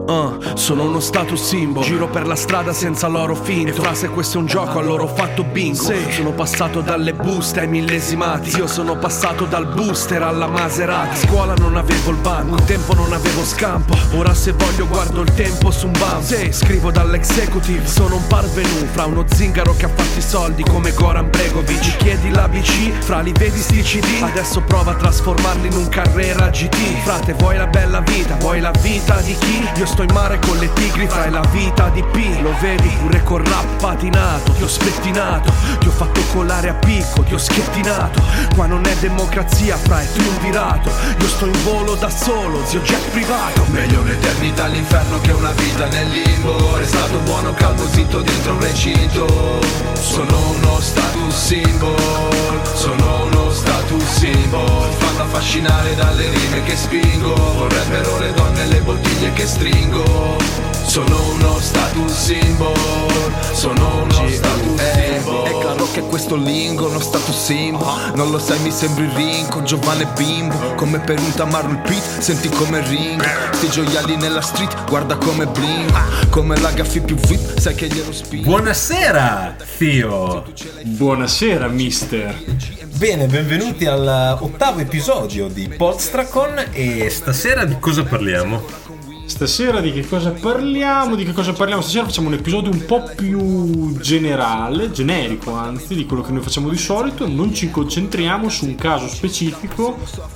Sono uno status symbol, giro per la strada senza l'oro finto. E fra se questo è un gioco allora ho fatto bingo. Sono passato dalle buste ai millesimati. Io sono passato dal booster alla Maserati. A scuola non avevo il banco, un tempo non avevo scampo. Ora se voglio guardo il tempo su un bump. Scrivo dall'executive, sono un parvenu fra uno zingaro che ha fatto i soldi come Goran Bregovic. Mi chiedi l'ABC, fra li vedi sti CD. Adesso prova a trasformarli in un Carrera GT. Frate, vuoi la bella vita, vuoi la vita di chi? Io sto in mare con le tigri, fai la vita di P. Lo vedi pure con rap patinato. Ti ho spettinato, ti ho fatto colare a picco, ti ho schettinato. Qua non è democrazia, fra è triunvirato. Io sto in volo da solo, zio jet privato. Meglio un'eternità all'inferno che una vita nel limbo. Restato buono, calmo, zitto dentro un recinto. Sono uno status symbol, sono uno status symbol. Fanno affascinare dalle rime che spingo. Vorrebbero le donne e le bottiglie che stringo. Sono uno status symbol, sono uno status symbol. È chiaro che questo lingo è uno status symbol. Non lo sai, mi sembri Ringo, giovane bimbo. Come per un tamarro il beat, senti come ringo. Sti gioielli nella street, guarda come blingo. Come la gaffi più VIP, sai che glielo spingo. Buonasera, Fio. Buonasera, mister. Bene, benvenuti all'8º episodio di Podstracon. E stasera di cosa parliamo? Stasera di che cosa parliamo? Stasera facciamo un episodio un po' più generale, generico anzi, di quello che noi facciamo di solito. Non ci concentriamo su un caso specifico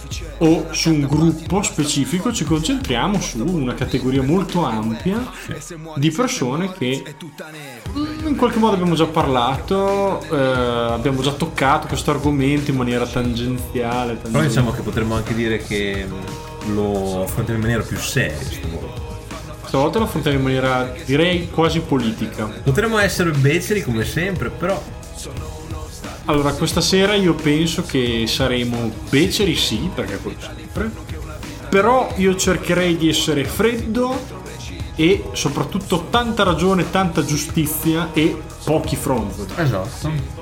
o su un gruppo specifico, ci concentriamo su una categoria molto ampia di persone che in qualche modo abbiamo già parlato, abbiamo già toccato questo argomento in maniera tangenziale. Però diciamo che potremmo anche dire che lo affrontiamo in maniera più seria stavolta lo affrontiamo in maniera, direi, quasi politica. Potremmo essere beceri come sempre, però allora questa sera io penso che saremo beceri, sì, perché quello sempre, però io cercherei di essere freddo e soprattutto tanta ragione, tanta giustizia e pochi fronzoli. esatto.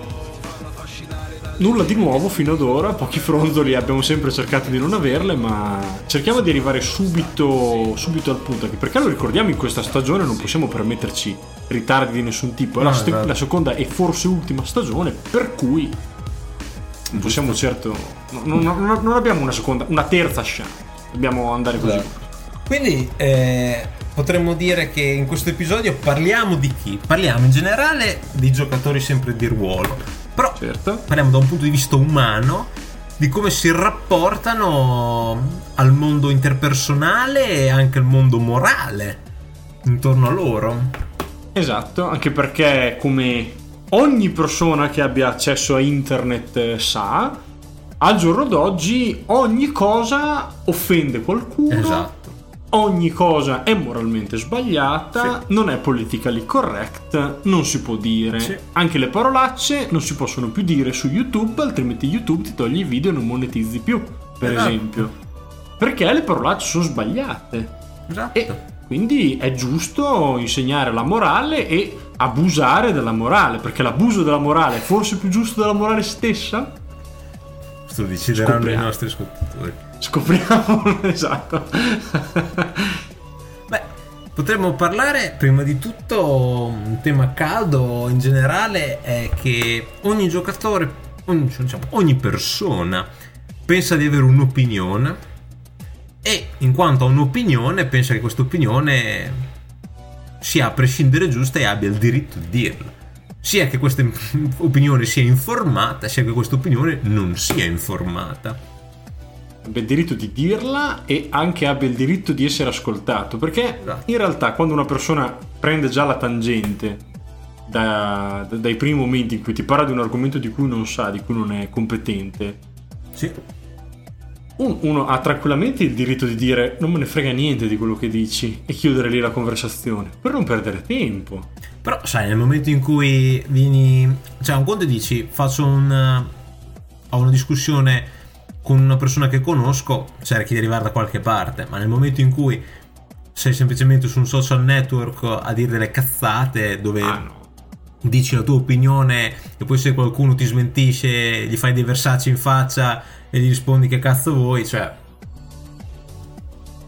Nulla di nuovo fino ad ora, pochi fronzoli, abbiamo sempre cercato di non averle, ma cerchiamo di arrivare subito al punto, anche perché lo ricordiamo, in questa stagione non possiamo permetterci ritardi di nessun tipo, è la seconda e forse ultima stagione, per cui non possiamo certo, non abbiamo una terza chance, dobbiamo andare così. Quindi potremmo dire che in questo episodio parliamo di chi? Parliamo in generale di giocatori sempre di ruolo, però certo, parliamo da un punto di vista umano di come si rapportano al mondo interpersonale e anche al mondo morale intorno a loro. Esatto, anche perché come ogni persona che abbia accesso a internet sa, al giorno d'oggi ogni cosa offende qualcuno. Esatto. Ogni cosa è moralmente sbagliata, sì, non è politically correct, non si può dire. Sì. Anche le parolacce non si possono più dire su YouTube, altrimenti YouTube ti toglie i video e non monetizzi più, per esempio. Perché le parolacce sono sbagliate. Esatto. E quindi è giusto insegnare la morale e abusare della morale, perché l'abuso della morale è forse più giusto della morale stessa? Questo lo decideranno i nostri ascoltatori. Scopriamo, esatto. Beh, potremmo parlare prima di tutto, un tema caldo in generale è che ogni giocatore, ogni persona pensa di avere un'opinione e in quanto ha un'opinione pensa che questa opinione sia a prescindere giusta e abbia il diritto di dirla, sia che questa opinione sia informata sia che questa opinione non sia informata. Abbia il diritto di dirla e anche abbia il diritto di essere ascoltato, perché in realtà quando una persona prende già la tangente dai primi momenti in cui ti parla di un argomento di cui non sa, di cui non è competente, sì, uno ha tranquillamente il diritto di dire non me ne frega niente di quello che dici e chiudere lì la conversazione per non perdere tempo. Però sai, nel momento in cui vieni, cioè un conto dici ho una discussione con una persona che conosco, cerchi di arrivare da qualche parte, ma nel momento in cui sei semplicemente su un social network a dire delle cazzate dove dici la tua opinione e poi se qualcuno ti smentisce gli fai dei versacci in faccia e gli rispondi che cazzo vuoi, cioè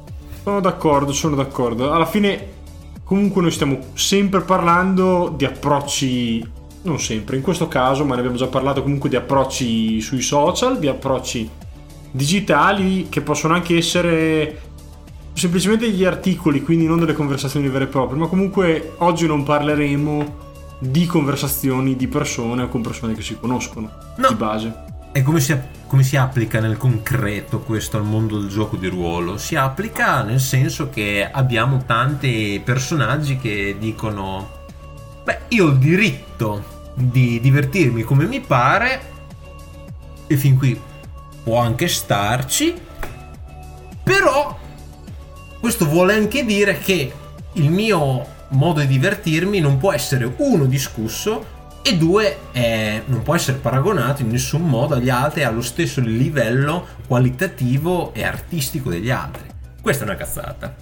Sono d'accordo. Alla fine, comunque, noi stiamo sempre parlando di approcci, non sempre, in questo caso, ma ne abbiamo già parlato comunque di approcci sui social, di approcci digitali che possono anche essere semplicemente degli articoli, quindi non delle conversazioni vere e proprie, ma comunque oggi non parleremo di conversazioni di persone o con persone che si conoscono, no, di base. E come si applica nel concreto questo al mondo del gioco di ruolo? Si applica nel senso che abbiamo tanti personaggi che dicono: beh, io ho il diritto di divertirmi come mi pare, e fin qui può anche starci, però questo vuole anche dire che il mio modo di divertirmi non può essere, uno, discusso, e due, non può essere paragonato in nessun modo agli altri, allo stesso livello qualitativo e artistico degli altri. Questa è una cazzata.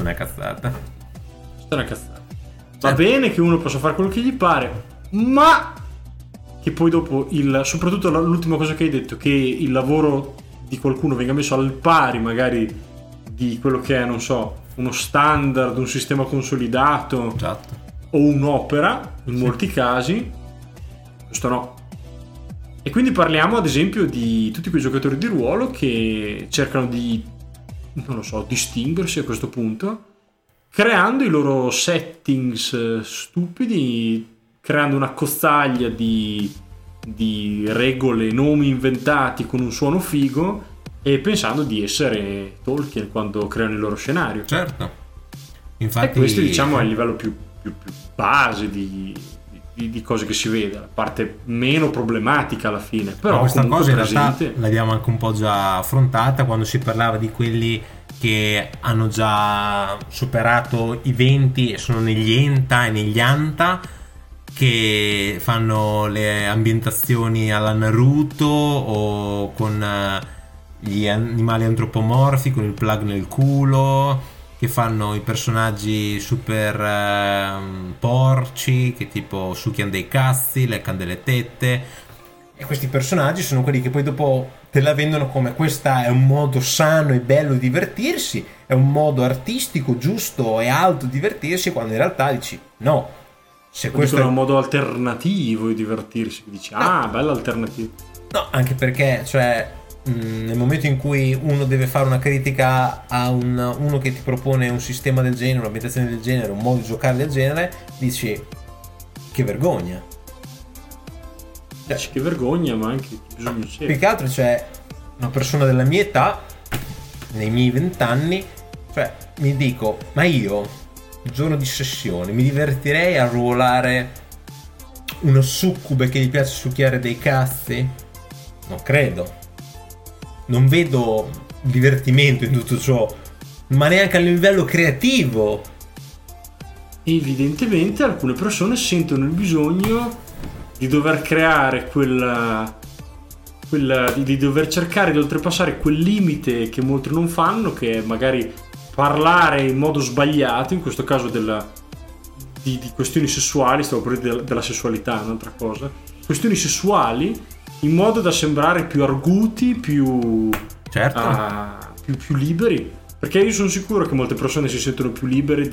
Va bene che uno possa fare quello che gli pare, ma che poi dopo soprattutto l'ultima cosa che hai detto, che il lavoro di qualcuno venga messo al pari magari di quello che è, non so, uno standard, un sistema consolidato, Esatto. o un'opera in molti casi, questo no. E quindi parliamo ad esempio di tutti quei giocatori di ruolo che cercano di, non lo so, distinguersi a questo punto, creando i loro settings stupidi, creando una cozzaglia di regole, nomi inventati con un suono figo, e pensando di essere Tolkien quando creano il loro scenario. Certo. Infatti, e questo, diciamo, è il livello più base di cose che si vede, la parte meno problematica alla fine. Però questa cosa in presente... realtà l'abbiamo anche un po' già affrontata quando si parlava di quelli che hanno già superato i 20 e sono negli Enta e negli Anta, che fanno le ambientazioni alla Naruto o con gli animali antropomorfi con il plug nel culo, che fanno i personaggi super porci che tipo succhiano dei cazzi, leccano delle tette, e questi personaggi sono quelli che poi dopo te la vendono come: questo è un modo sano e bello di divertirsi, è un modo artistico, giusto e alto di divertirsi, quando in realtà dici no, se questo è un modo alternativo di divertirsi, dici no, bella alternativa. No, anche perché, cioè, nel momento in cui uno deve fare una critica a uno che ti propone un sistema del genere, un'ambientazione del genere, un modo di giocare del genere, dici che vergogna. Dici che vergogna, ma anche bisogna più che altro, cioè, una persona della mia età, nei miei 20 anni, cioè, mi dico: ma io, il giorno di sessione, mi divertirei a ruolare una succube che gli piace succhiare dei cazzi? Non credo. Non vedo divertimento in tutto ciò, ma neanche a livello creativo. Evidentemente alcune persone sentono il bisogno di dover creare di dover cercare di oltrepassare quel limite che molti non fanno, che è magari parlare in modo sbagliato, in questo caso di questioni sessuali, stavo parlando della sessualità, un'altra cosa, questioni sessuali, in modo da sembrare più arguti, più liberi, perché io sono sicuro che molte persone si sentono più libere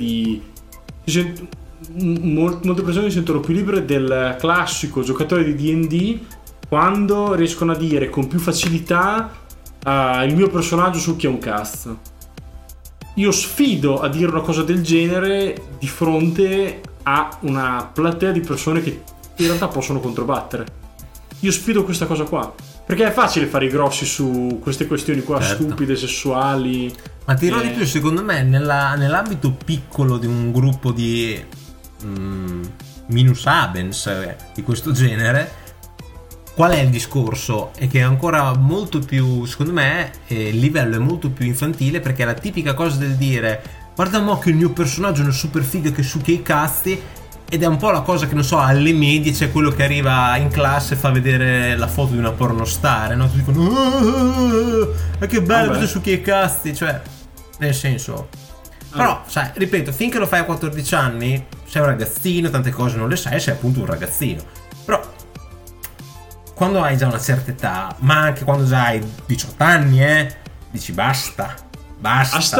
molte persone si sentono più libere del classico giocatore di D&D quando riescono a dire con più facilità il mio personaggio succhia un cazzo. Io sfido a dire una cosa del genere di fronte a una platea di persone che in realtà possono controbattere. Io sfido questa cosa qua, perché è facile fare i grossi su queste questioni qua, certo, stupide, sessuali. Ma ti dirò di più, secondo me nell'ambito piccolo di un gruppo di minus abens di questo genere, qual è il discorso? È che è ancora molto più, secondo me, il livello è molto più infantile, perché è la tipica cosa del dire: guarda mo che il mio personaggio è una super figa che succhia i cazzi. Ed è un po' la cosa che, non so, alle medie c'è quello che arriva in classe e fa vedere la foto di una pornostar, no? Tutti dicono: che bello che succhia i cazzi, cioè, nel senso. Però, sai, ripeto, finché lo fai a 14 anni sei un ragazzino, tante cose non le sai, sei appunto un ragazzino. Però quando hai già una certa età, ma anche quando già hai 18 anni, dici basta.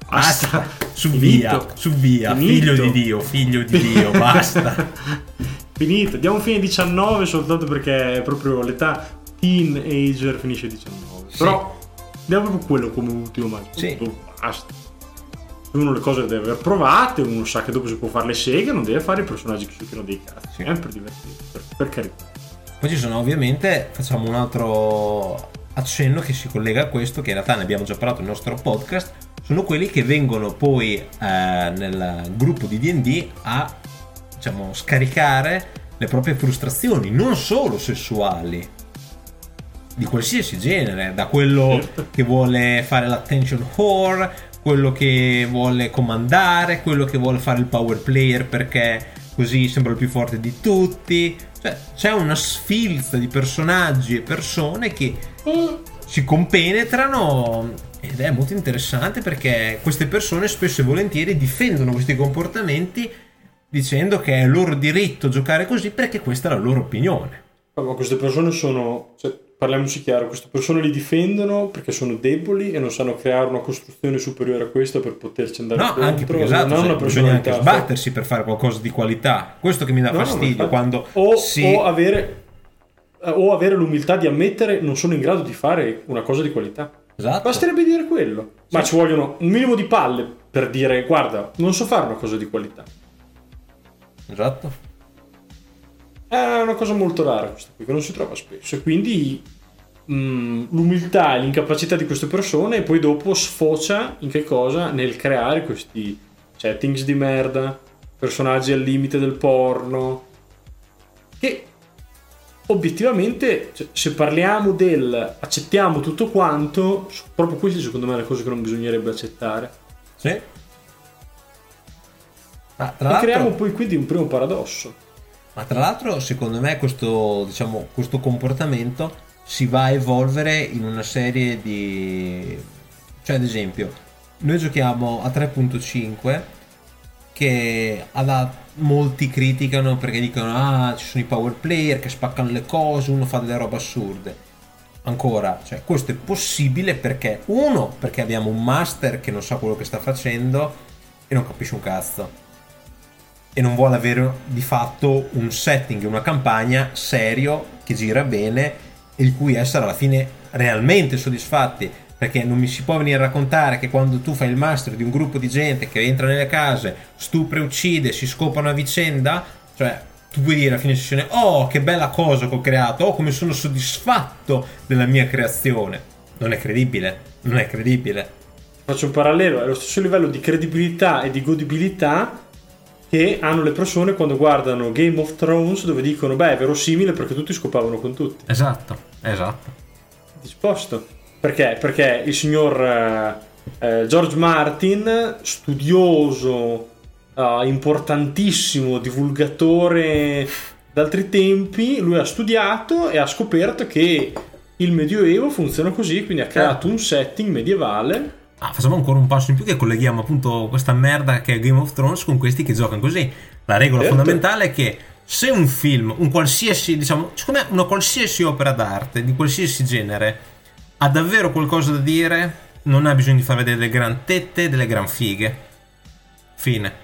Basta, su via, figlio di Dio, basta. Finito, diamo fine ai 19 soltanto perché è proprio l'età teenager, finisce ai 19. Sì. Però diamo proprio quello come ultimo match. Sì. Basta. Uno le cose le deve aver provate, uno sa che dopo si può fare le seghe, non deve fare i personaggi che succhiano dei cazzi. Sì. Sempre divertente, per carità. Poi ci sono, ovviamente, facciamo un altro accenno che si collega a questo, che in realtà ne abbiamo già parlato nel nostro podcast, sono quelli che vengono poi nel gruppo di D&D a, diciamo, scaricare le proprie frustrazioni, non solo sessuali, di qualsiasi genere, da quello che vuole fare l'attention whore, quello che vuole comandare, quello che vuole fare il power player perché così sembra il più forte di tutti. Cioè, c'è una sfilza di personaggi e persone che si compenetrano ed è molto interessante perché queste persone spesso e volentieri difendono questi comportamenti dicendo che è loro diritto giocare così perché questa è la loro opinione. Ma queste persone sono, cioè, parliamoci chiaro, queste persone li difendono perché sono deboli e non sanno creare una costruzione superiore a questa per poterci andare contro. Anche perché esatto, non cioè, una bisogna anche sbattersi per fare qualcosa di qualità. Questo che mi dà fastidio quando o avere l'umiltà di ammettere non sono in grado di fare una cosa di qualità. Esatto. Basterebbe dire quello. Sì. Ma ci vogliono un minimo di palle per dire guarda, non so fare una cosa di qualità. Esatto. È una cosa molto rara questa qui, che non si trova spesso, e quindi l'umiltà e l'incapacità di queste persone poi dopo sfocia in che cosa? Nel creare questi settings di merda, personaggi al limite del porno, che obiettivamente, cioè, se parliamo del accettiamo tutto quanto, proprio queste secondo me le cose che non bisognerebbe accettare. Sì. Ma tra l'altro creiamo poi quindi un primo paradosso. Ma tra l'altro secondo me questo, diciamo, questo comportamento si va a evolvere in una serie di... Cioè ad esempio noi giochiamo a 3.5 che molti criticano perché dicono ci sono i power player che spaccano le cose, uno fa delle robe assurde. Ancora, cioè, questo è possibile perché perché abbiamo un master che non sa quello che sta facendo e non capisce un cazzo e non vuole avere di fatto un setting, una campagna serio che gira bene e di cui essere alla fine realmente soddisfatti, perché non mi si può venire a raccontare che quando tu fai il master di un gruppo di gente che entra nelle case, stupra e uccide, si scopano a vicenda, cioè tu puoi dire a fine sessione che bella cosa che ho creato, come sono soddisfatto della mia creazione. Non è credibile. Faccio un parallelo, è lo stesso livello di credibilità e di godibilità che hanno le persone quando guardano Game of Thrones, dove dicono è verosimile perché tutti scopavano con tutti. Esatto. Disposto. Perché il signor George Martin, studioso, importantissimo, divulgatore d'altri tempi, lui ha studiato e ha scoperto che il Medioevo funziona così, quindi ha creato un setting medievale. Facciamo ancora un passo in più che colleghiamo appunto questa merda che è Game of Thrones con questi che giocano così. La regola fondamentale è che se un film, un qualsiasi, diciamo, secondo me una qualsiasi opera d'arte di qualsiasi genere ha davvero qualcosa da dire, non ha bisogno di far vedere delle gran tette, delle gran fighe. Fine.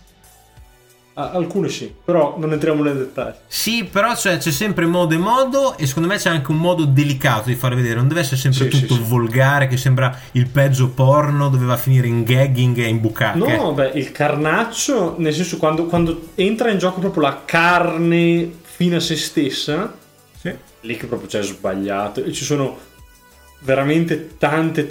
Alcune sì, però non entriamo nei dettagli. Sì, però c'è sempre modo e modo, e secondo me c'è anche un modo delicato di far vedere. Non deve essere sempre tutto volgare, che sembra il peggio porno, doveva finire in gagging e in bucacche. No, il carnaccio, nel senso quando entra in gioco proprio la carne fino a se stessa, lì che proprio c'è sbagliato. E ci sono veramente tante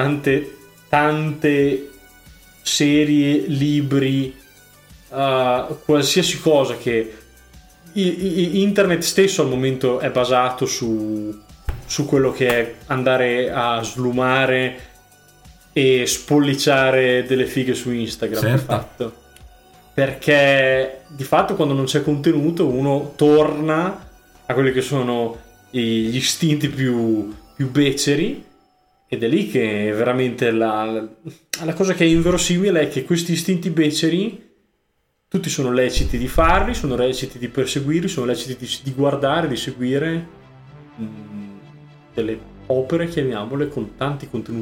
serie, libri, qualsiasi cosa che internet stesso al momento è basato su quello che è andare a slumare e spolliciare delle fighe su Instagram. Certo. Di fatto, perché di fatto quando non c'è contenuto uno torna a quelli che sono gli istinti più beceri, ed è lì che veramente la cosa che è inverosimile è che questi istinti beceri tutti sono leciti di farli, sono leciti di perseguirli, sono leciti di guardare, di seguire delle opere, chiamiamole, con tanti contenuti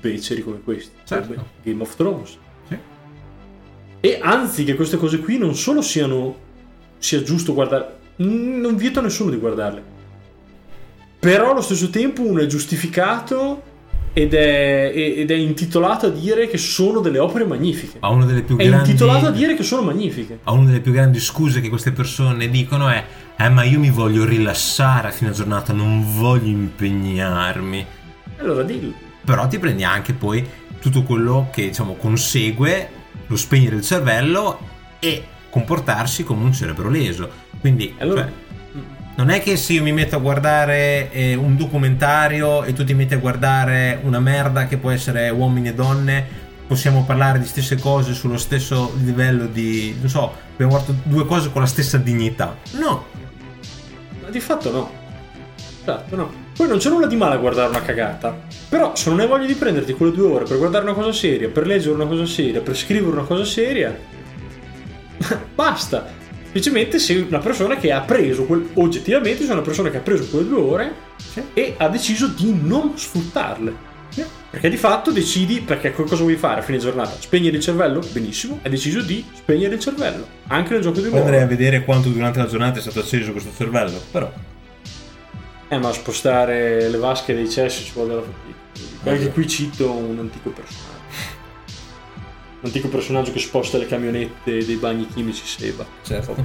beceri come questi. Certo. Game of Thrones. Sì. E anzi che queste cose qui non solo sia giusto guardare, non vieto a nessuno di guardarle, però allo stesso tempo uno è giustificato ed è intitolato a dire che sono delle opere magnifiche. A una delle più è grandi, intitolato a dire che sono magnifiche. a una delle più grandi scuse che queste persone dicono è ma io mi voglio rilassare a fine giornata, non voglio impegnarmi. Allora dillo. Però ti prendi anche poi tutto quello che diciamo consegue lo spegnere il cervello e comportarsi come un cerebro leso. Quindi Allora, cioè, non è che se io mi metto a guardare un documentario e tu ti metti a guardare una merda che può essere uomini e donne, possiamo parlare di stesse cose sullo stesso livello di, non so, abbiamo guardato due cose con la stessa dignità. No. ma di fatto no. Esatto, no. Poi non c'è nulla di male a guardare una cagata, però se non hai voglia di prenderti quelle 2 ore per guardare una cosa seria, per leggere una cosa seria, per scrivere una cosa seria, basta. Semplicemente sei una persona che ha preso oggettivamente sei una persona che ha preso quelle 2 ore e ha deciso di non sfruttarle. Perché di fatto decidi, perché cosa vuoi fare a fine giornata? Spegnere il cervello? Benissimo, hai deciso di spegnere il cervello anche nel gioco di ruolo. Andrei a vedere quanto durante la giornata è stato acceso questo cervello, però ma spostare le vasche dei cessi ci vuole della fatica. Anche qui cito un antico personaggio che sposta le camionette dei bagni chimici Seba. certo.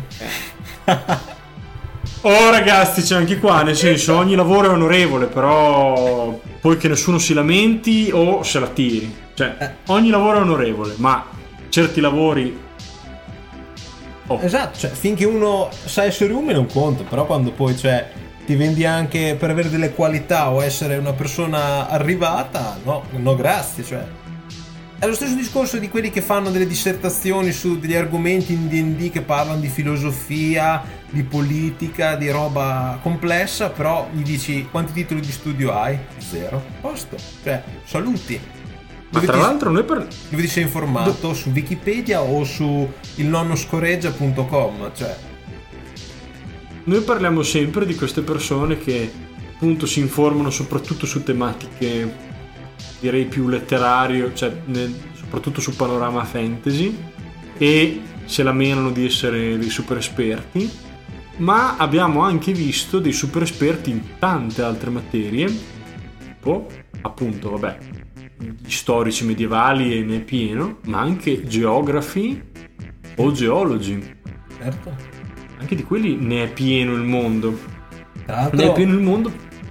Oh ragazzi, c'è anche qua, nel senso, ogni lavoro è onorevole, però poi che nessuno si lamenti o se la tiri. Cioè, ogni lavoro è onorevole, ma certi lavori... Esatto, cioè finché uno sa essere umile non conta, però quando poi cioè ti vendi anche per avere delle qualità o essere una persona arrivata, no grazie, cioè è lo stesso discorso di quelli che fanno delle dissertazioni su degli argomenti in D&D che parlano di filosofia, di politica, di roba complessa, però gli dici quanti titoli di studio hai? 0. Posto, cioè saluti. Ma tra l'altro noi dove ti sei informato? Su Wikipedia o su il nonnoscoreggia.com, cioè noi parliamo sempre di queste persone che appunto si informano soprattutto su tematiche direi più letterarie, cioè soprattutto sul panorama fantasy, e se la menano di essere dei super esperti, ma abbiamo anche visto dei super esperti in tante altre materie, tipo appunto vabbè gli storici medievali e ne è pieno, ma anche geografi o geologi. certo. Anche di quelli ne è pieno il mondo. Tra l'altro, Ne è pieno il mondo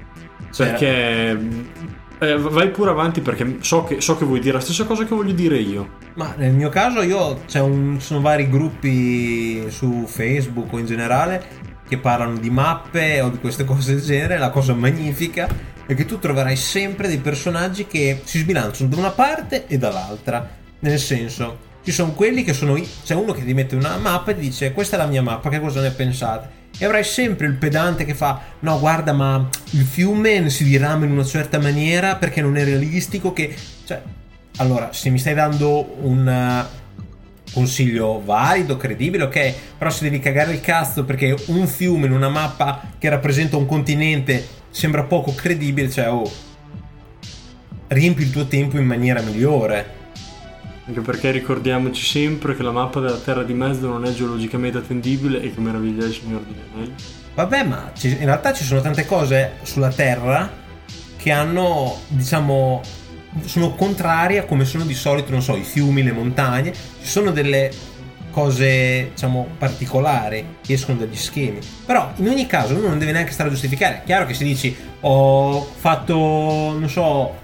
perché vai pure avanti, perché so che vuoi dire la stessa cosa che voglio dire io. ma nel mio caso ci sono vari gruppi su Facebook o in generale che parlano di mappe o di queste cose del genere. La cosa magnifica è che tu troverai sempre dei personaggi che si sbilanciano da una parte e dall'altra, nel senso ci sono quelli che c'è uno che ti mette una mappa e ti dice questa è la mia mappa, che cosa ne pensate? E avrai sempre il pedante che fa no guarda ma il fiume si dirama in una certa maniera perché non è realistico che... cioè allora se mi stai dando un consiglio valido, credibile, ok, però se devi cagare il cazzo perché un fiume in una mappa che rappresenta un continente sembra poco credibile, cioè riempi il tuo tempo in maniera migliore. Anche perché ricordiamoci sempre che la mappa della Terra di Mezzo non è geologicamente attendibile e che meraviglia è il Signore degli Anelli. Vabbè, ma in realtà ci sono tante cose sulla Terra che hanno, diciamo, sono contrarie a come sono di solito, non so, i fiumi, le montagne. Ci sono delle cose, diciamo, particolari che escono dagli schemi. Però in ogni caso uno non deve neanche stare a giustificare. È chiaro che se dici ho fatto, non so,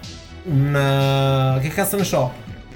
che cazzo ne so,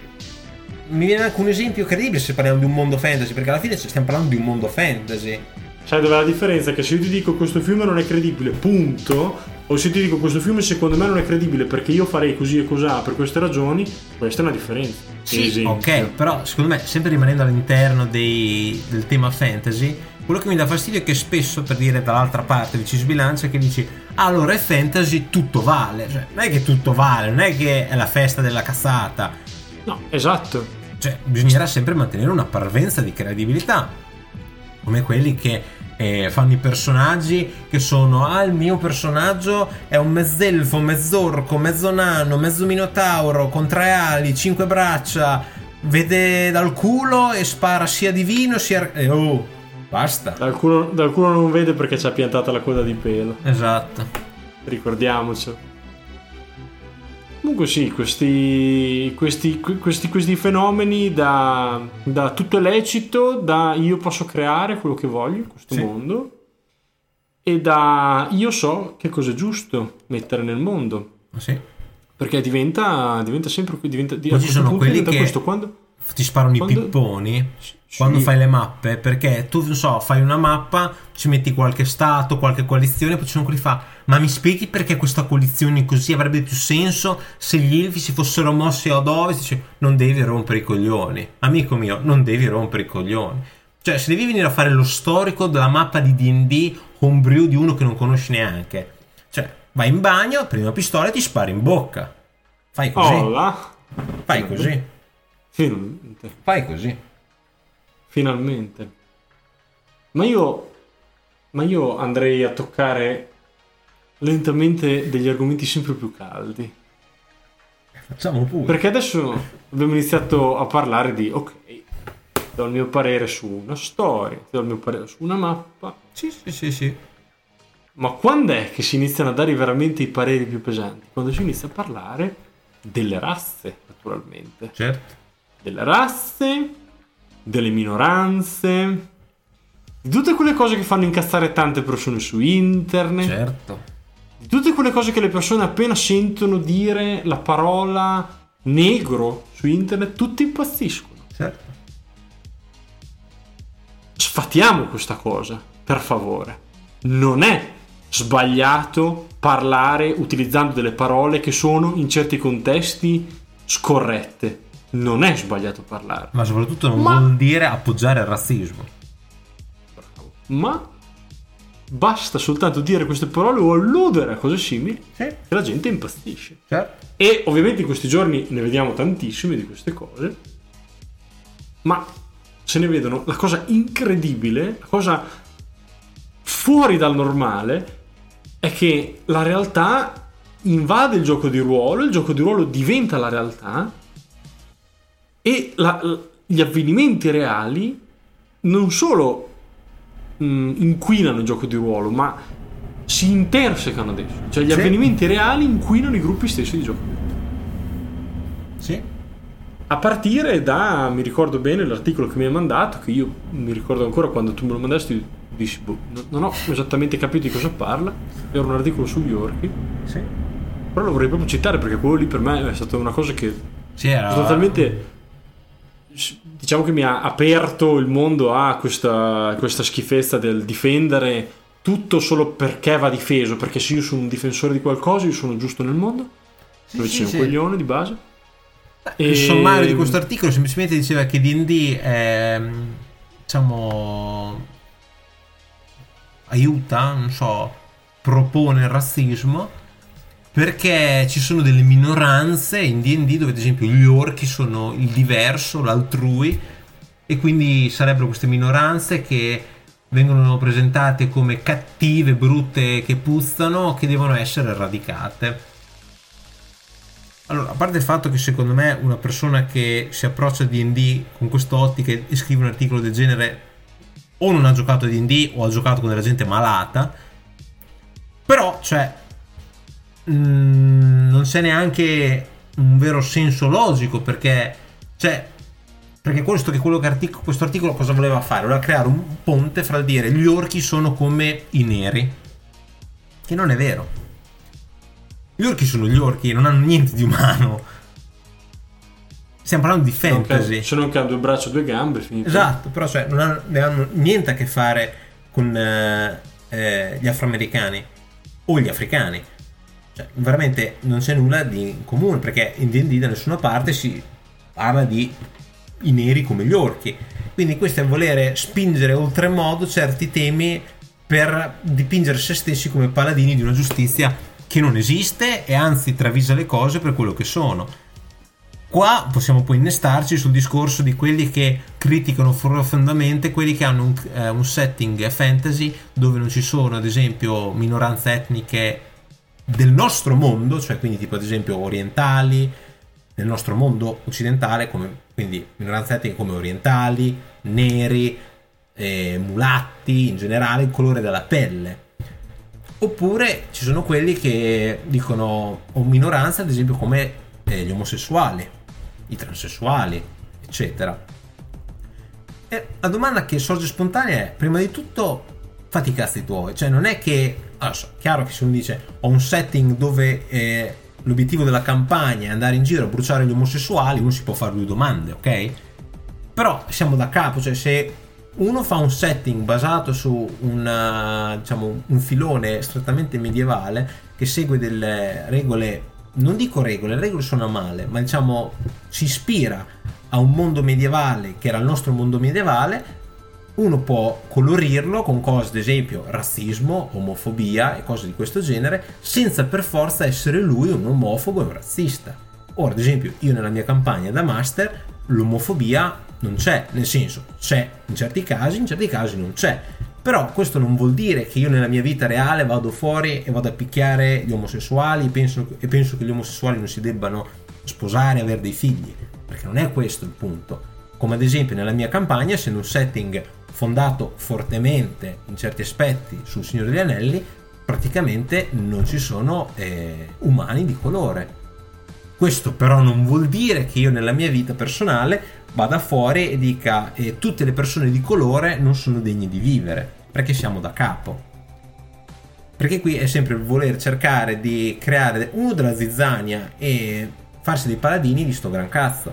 mi viene anche un esempio credibile se parliamo di un mondo fantasy, perché alla fine stiamo parlando di un mondo fantasy. Sai dov'è la differenza? Che se io ti dico questo film non è credibile, punto, o se ti dico questo film secondo me non è credibile perché io farei così e cos'ha per queste ragioni, questa è una differenza. Sì, esempio. Ok, però secondo me, sempre rimanendo all'interno del tema fantasy, quello che mi dà fastidio è che spesso, per dire dall'altra parte ci sbilancia, che dici allora è fantasy, tutto vale. Cioè non è che tutto vale, non è che è la festa della cazzata. No, esatto. Cioè bisognerà sempre mantenere una parvenza di credibilità, come quelli che fanno i personaggi che sono il mio personaggio è un mezzelfo, mezzorco, mezzo nano, mezzo minotauro con 3 ali, 5 braccia, vede dal culo e spara sia di vino sia basta. Dal culo non vede perché ci ha piantata la coda di pelo. Esatto. Ricordiamoci. Comunque sì, questi fenomeni da tutto è lecito, da io posso creare quello che voglio in questo mondo, e da io so che cosa è giusto mettere nel mondo. Sì. Perché diventa sempre poi ci sono quelli che questo, quando ti sparano i pipponi quando fai le mappe, perché tu fai una mappa, ci metti qualche stato, qualche coalizione, poi ci sono quelli che ma mi spieghi perché questa coalizione così avrebbe più senso se gli elfi si fossero mossi ad ovest? Dice, non devi rompere i coglioni, amico mio, non devi rompere i coglioni. Cioè, se devi venire a fare lo storico della mappa di D&D homebrew di uno che non conosci neanche, cioè vai in bagno, prendi una pistola e ti spari in bocca, fai così, fai così, fai così. Finalmente. Ma io andrei a toccare lentamente degli argomenti sempre più caldi. Facciamo pure. Perché adesso abbiamo iniziato a parlare di do il mio parere su una storia, do il mio parere su una mappa. Sì. Ma quando è che si iniziano a dare veramente i pareri più pesanti? Quando si inizia a parlare delle razze, naturalmente. Certo. Delle razze, delle minoranze, di tutte quelle cose che fanno incazzare tante persone su internet. Certo. Di tutte quelle cose che le persone appena sentono dire la parola negro su internet, tutti impazziscono. Certo. Sfatiamo questa cosa, per favore. Non è sbagliato parlare utilizzando delle parole che sono in certi contesti scorrette. Non è sbagliato parlare. Ma soprattutto non vuol dire appoggiare il razzismo. Ma basta soltanto dire queste parole o alludere a cose simili che la gente impazzisce. Certo. E ovviamente in questi giorni ne vediamo tantissime di queste cose, ma se ne vedono. La cosa incredibile, la cosa fuori dal normale è che la realtà invade il gioco di ruolo diventa la realtà, e gli avvenimenti reali non solo inquinano il gioco di ruolo, ma si intersecano adesso. Cioè gli avvenimenti reali inquinano i gruppi stessi di gioco di ruolo. Sì. A partire da, mi ricordo bene l'articolo che mi hai mandato, che io mi ricordo ancora quando tu me lo mandasti, dissi, non ho esattamente capito di cosa parla. Era un articolo sugli orchi. Sì. Però lo vorrei proprio citare, perché quello lì per me è stata una cosa che era totalmente, diciamo che mi ha aperto il mondo a questa schifezza del difendere tutto solo perché va difeso, perché se io sono un difensore di qualcosa io sono giusto nel mondo, dove c'è un coglione di base. Il sommario di questo articolo semplicemente diceva che D&D diciamo aiuta, non so, propone il razzismo, perché ci sono delle minoranze in D&D dove ad esempio gli orchi sono il diverso, l'altrui, e quindi sarebbero queste minoranze che vengono presentate come cattive, brutte, che puzzano, che devono essere eradicate. Allora, a parte il fatto che secondo me una persona che si approccia a D&D con quest'ottica e scrive un articolo del genere o non ha giocato a D&D o ha giocato con della gente malata, però cioè non c'è neanche un vero senso logico, perché questo articolo cosa voleva fare? Voleva creare un ponte fra il dire gli orchi sono come i neri, che non è vero. Gli orchi sono gli orchi, non hanno niente di umano. Stiamo parlando di fantasy. Sono anche hanno 2 braccia e 2 gambe, finito. Esatto, però cioè non hanno niente a che fare con gli afroamericani o gli africani. Cioè, veramente non c'è nulla di comune, perché in D&D da nessuna parte si parla di i neri come gli orchi. Quindi questo è volere spingere oltremodo certi temi per dipingere se stessi come paladini di una giustizia che non esiste, e anzi travisa le cose per quello che sono. qua possiamo poi innestarci sul discorso di quelli che criticano profondamente quelli che hanno un setting fantasy dove non ci sono, ad esempio, minoranze etniche del nostro mondo, cioè quindi tipo ad esempio orientali, nel nostro mondo occidentale, quindi minoranze etniche come orientali, neri, mulatti, in generale il colore della pelle. Oppure ci sono quelli che dicono, o minoranze ad esempio come gli omosessuali, i transessuali, eccetera. E la domanda che sorge spontanea è, prima di tutto, fatti i cazzi tuoi, cioè non è che, chiaro che se uno dice ho un setting dove l'obiettivo della campagna è andare in giro a bruciare gli omosessuali, uno si può fare 2 domande, ok? Però siamo da capo, cioè se uno fa un setting basato su un filone strettamente medievale che segue delle regole, non dico regole, le regole suona male, ma diciamo si ispira a un mondo medievale che era il nostro mondo medievale, uno può colorirlo con cose, ad esempio razzismo, omofobia e cose di questo genere, senza per forza essere lui un omofobo e un razzista. Ora, ad esempio, io nella mia campagna da master l'omofobia non c'è, nel senso c'è in certi casi non c'è, però questo non vuol dire che io nella mia vita reale vado fuori e vado a picchiare gli omosessuali e penso che gli omosessuali non si debbano sposare e avere dei figli, perché non è questo il punto. Come ad esempio nella mia campagna, essendo un setting fondato fortemente in certi aspetti sul Signore degli Anelli, praticamente non ci sono umani di colore. Questo però non vuol dire che io nella mia vita personale vada fuori e dica tutte le persone di colore non sono degne di vivere, perché siamo da capo. Perché qui è sempre voler cercare di creare uno della zizzania e farsi dei paladini di sto gran cazzo,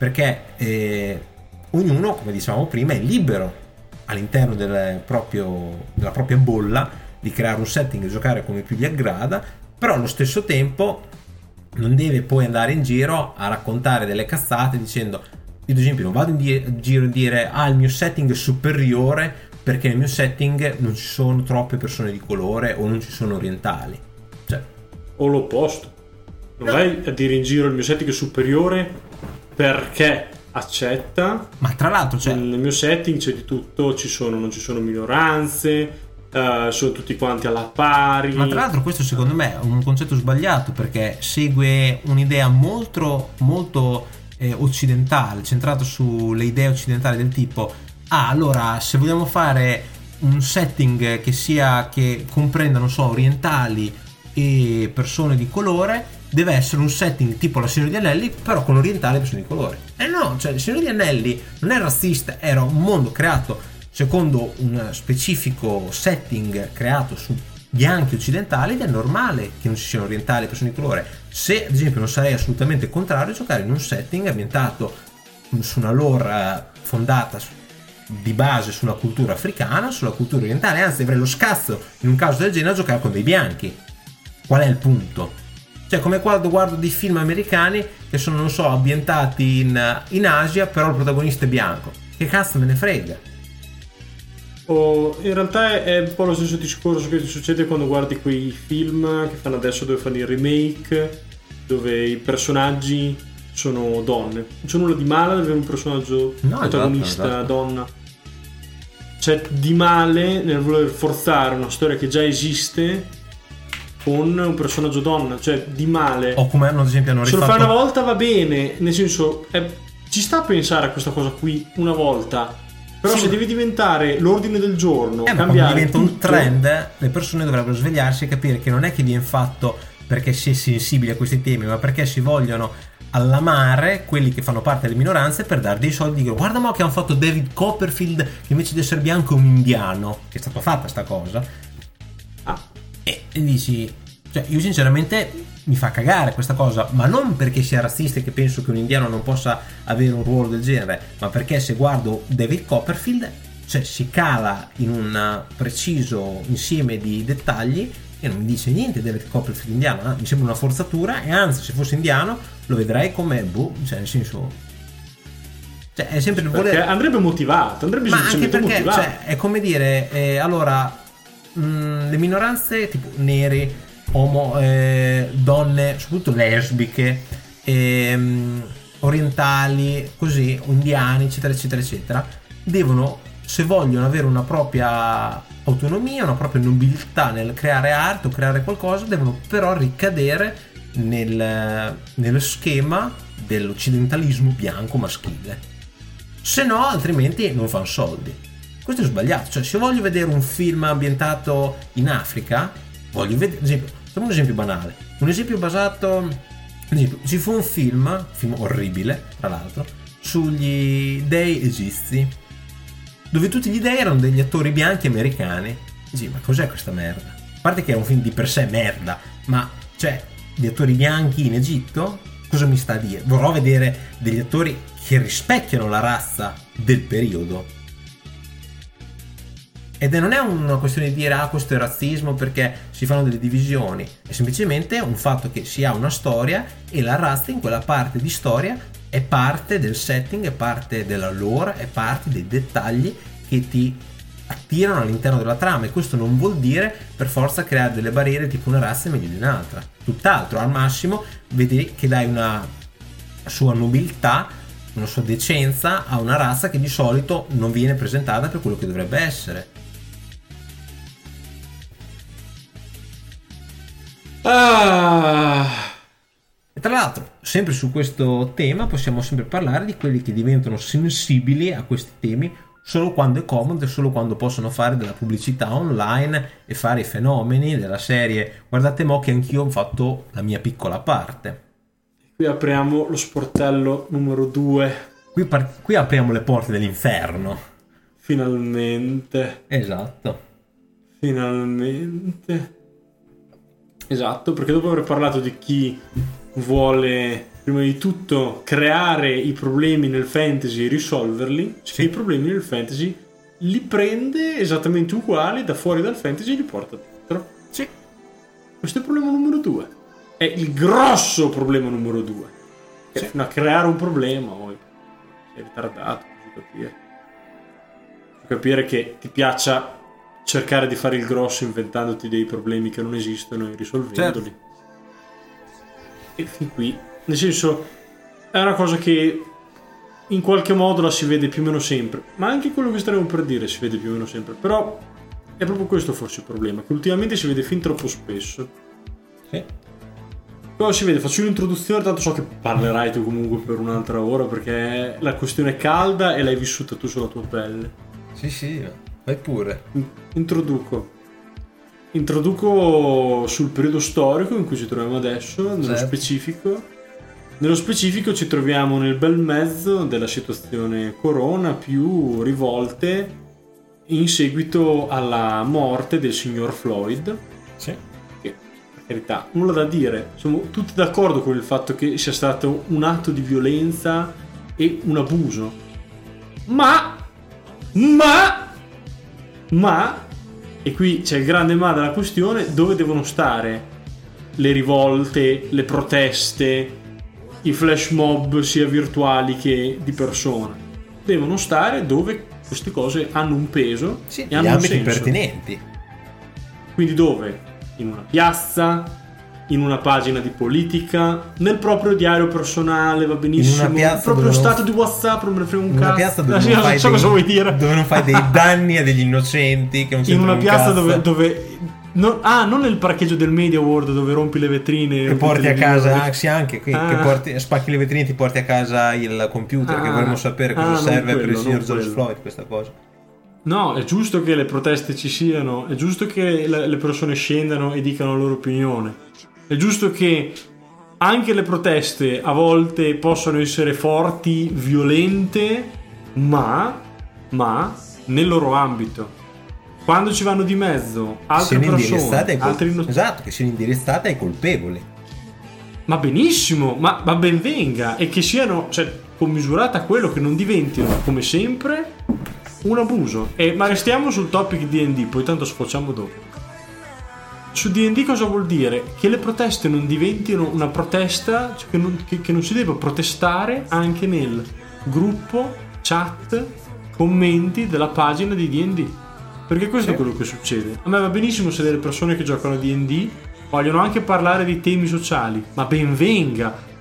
perché ognuno, come dicevamo prima, è libero all'interno della propria bolla di creare un setting e giocare come più gli aggrada, però allo stesso tempo non deve poi andare in giro a raccontare delle cazzate dicendo, io ad esempio non vado in giro a dire il mio setting è superiore perché nel mio setting non ci sono troppe persone di colore o non ci sono orientali, cioè, o l'opposto, non vai a dire in giro il mio setting è superiore perché accetta, ma tra l'altro nel mio setting c'è di tutto, non ci sono minoranze, sono tutti quanti alla pari. Ma tra l'altro questo secondo me è un concetto sbagliato, perché segue un'idea molto occidentale, centrato sulle idee occidentali del tipo allora se vogliamo fare un setting che comprenda, non so, orientali e persone di colore, deve essere un setting tipo la Signore degli Anelli però con orientali e persone di colore. No, cioè il Signore degli Anelli non è razzista, era un mondo creato secondo un specifico setting creato su bianchi occidentali ed è normale che non ci siano orientali e persone di colore. Se ad esempio non sarei assolutamente contrario a giocare in un setting ambientato su una lore fondata di base sulla cultura africana, sulla cultura orientale, anzi avrei lo scazzo in un caso del genere a giocare con dei bianchi. Qual è il punto? Cioè come quando guardo dei film americani che sono, non so, ambientati in Asia però il protagonista è bianco, che cazzo me ne frega? In realtà è un po' lo stesso discorso che ti succede quando guardi quei film che fanno adesso, dove fanno i remake, dove i personaggi sono donne. Non c'è nulla di male ad avere un personaggio protagonista esatto. Donna. C'è di male nel voler forzare una storia che già esiste con un personaggio donna, cioè di male. O come ad esempio hanno rifatto... Se lo fai una volta va bene, nel senso ci sta a pensare a questa cosa qui una volta. Però sì, se deve diventare l'ordine del giorno, cambiare diventa tutto, un trend, le persone dovrebbero svegliarsi e capire che non è che viene fatto perché si è sensibili a questi temi, ma perché si vogliono allamare quelli che fanno parte delle minoranze per dare dei soldi. Dico, guarda mo che hanno fatto David Copperfield, che invece di essere bianco è un indiano, che è stata fatta sta cosa. E dici, cioè io sinceramente mi fa cagare questa cosa, ma non perché sia razzista e che penso che un indiano non possa avere un ruolo del genere, ma perché se guardo David Copperfield, cioè si cala in un preciso insieme di dettagli e non mi dice niente David Copperfield indiano, mi sembra una forzatura, e anzi se fosse indiano lo vedrei come cioè nel senso, cioè è sempre il voler, andrebbe motivato, andrebbe semplicemente motivato, cioè è come dire allora le minoranze tipo neri, donne, soprattutto lesbiche, orientali, così, indiani, eccetera, eccetera, eccetera, devono, se vogliono avere una propria autonomia, una propria nobiltà nel creare arte o creare qualcosa, devono però ricadere nello schema dell'occidentalismo bianco maschile, se no altrimenti non fanno soldi. Questo è sbagliato. Cioè, se voglio vedere un film ambientato in Africa, voglio vedere, ad esempio, facciamo un esempio banale, un esempio basato, ad esempio, ci fu un film orribile tra l'altro, sugli dei egizi, dove tutti gli dei erano degli attori bianchi americani. Dici, ma cos'è questa merda? A parte che è un film di per sé merda, ma cioè, gli attori bianchi in Egitto, cosa mi sta a dire? Vorrò vedere degli attori che rispecchiano la razza del periodo. Ed non è una questione di dire questo è razzismo perché si fanno delle divisioni, è semplicemente un fatto che si ha una storia e la razza in quella parte di storia è parte del setting, è parte della lore, è parte dei dettagli che ti attirano all'interno della trama, e questo non vuol dire per forza creare delle barriere tipo una razza è meglio di un'altra, tutt'altro. Al massimo vedi che dai una sua nobiltà, una sua decenza a una razza che di solito non viene presentata per quello che dovrebbe essere. E tra l'altro, sempre su questo tema, possiamo sempre parlare di quelli che diventano sensibili a questi temi solo quando è comodo e solo quando possono fare della pubblicità online e fare i fenomeni della serie guardate mo che anch'io ho fatto la mia piccola parte. Qui apriamo lo sportello numero 2. Qui apriamo le porte dell'inferno. Finalmente. Esatto. Finalmente. Esatto, perché dopo aver parlato di chi vuole prima di tutto creare i problemi nel fantasy e risolverli, sì. I problemi nel fantasy li prende esattamente uguali da fuori dal fantasy e li porta dentro. Sì. Questo è il problema numero 2. È il grosso problema numero 2. Sì. Fino a creare un problema poi sei ritardato, devi capire che ti piaccia cercare di fare il grosso inventandoti dei problemi che non esistono e risolvendoli. Certo. E fin qui, nel senso, è una cosa che in qualche modo la si vede più o meno sempre, ma anche quello che staremo per dire si vede più o meno sempre. Però è proprio questo forse il problema, che ultimamente si vede fin troppo spesso. Sì. Però si vede, faccio un'introduzione, tanto so che parlerai tu comunque per un'altra ora, perché la questione è calda e l'hai vissuta tu sulla tua pelle. Sì, vai pure. Introduco sul periodo storico in cui ci troviamo adesso, nello certo. specifico. Nello specifico ci troviamo nel bel mezzo della situazione corona, più rivolte in seguito alla morte del signor Floyd. Sì. Che, per carità, nulla da dire. Siamo tutti d'accordo con il fatto che sia stato un atto di violenza e un abuso. Ma e qui c'è il grande ma della questione: dove devono stare le rivolte, le proteste, i flash mob sia virtuali che di persona? Devono stare dove queste cose hanno un peso, sì, e hanno un senso. pertinenti. Quindi dove? In una piazza, in una pagina di politica, nel proprio diario personale, va benissimo, nel proprio stato di WhatsApp, non me ne frega un cazzo. In una piazza dove cosa vuoi dire. Dove non fai dei danni a degli innocenti che non in una piazza dove non nel parcheggio del Media World dove rompi le vetrine e porti a casa, sì, anche qui che spacchi le vetrine e ti porti a casa il computer, che vorremmo sapere cosa serve per il signor George Floyd questa cosa. No, è giusto che le proteste ci siano, è giusto che le persone scendano e dicano la loro opinione. È giusto che anche le proteste a volte possono essere forti, violente, ma nel loro ambito. Quando ci vanno di mezzo altre persone, esatto, che siano indirizzate ai colpevoli. Ma benissimo, ma ben venga, e che siano, cioè, commisurate a quello, che non diventino, come sempre, un abuso. Ma restiamo sul topic D&D, poi tanto sfociamo dopo. Su D&D cosa vuol dire? Che le proteste non diventino una protesta, cioè che non si debba protestare anche nel gruppo, chat, commenti della pagina di D&D. Perché questo è quello che succede. A me va benissimo se delle persone che giocano a D&D vogliono anche parlare di temi sociali, ma ben venga.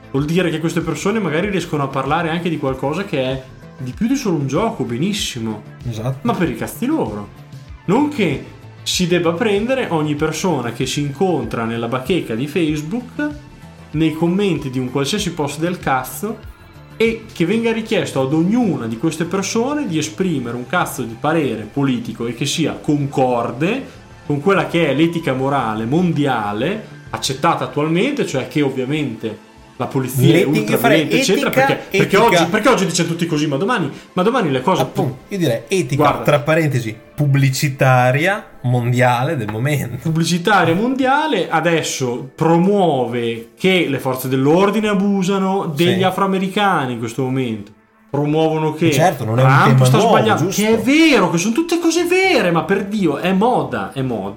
Vuol dire che queste persone magari riescono a parlare anche di qualcosa che è di più di solo un gioco, benissimo. Esatto. Ma per i cazzi loro. Non che si debba prendere ogni persona che si incontra nella bacheca di Facebook, nei commenti di un qualsiasi post del cazzo, e che venga richiesto ad ognuna di queste persone di esprimere un cazzo di parere politico e che sia concorde con quella che è l'etica morale mondiale accettata attualmente, cioè che ovviamente la polizia è ultraviolenta, eccetera, perché oggi dice tutti così, ma domani le cose... Appunto, io direi etica, guarda, tra parentesi, pubblicitaria mondiale del momento. Pubblicitaria mondiale adesso promuove che le forze dell'ordine abusano degli afroamericani in questo momento. Promuovono che certo, non è Trump un tema sta nuovo, sbagliando, giusto? che è vero, che sono tutte cose vere, ma per Dio, è moda,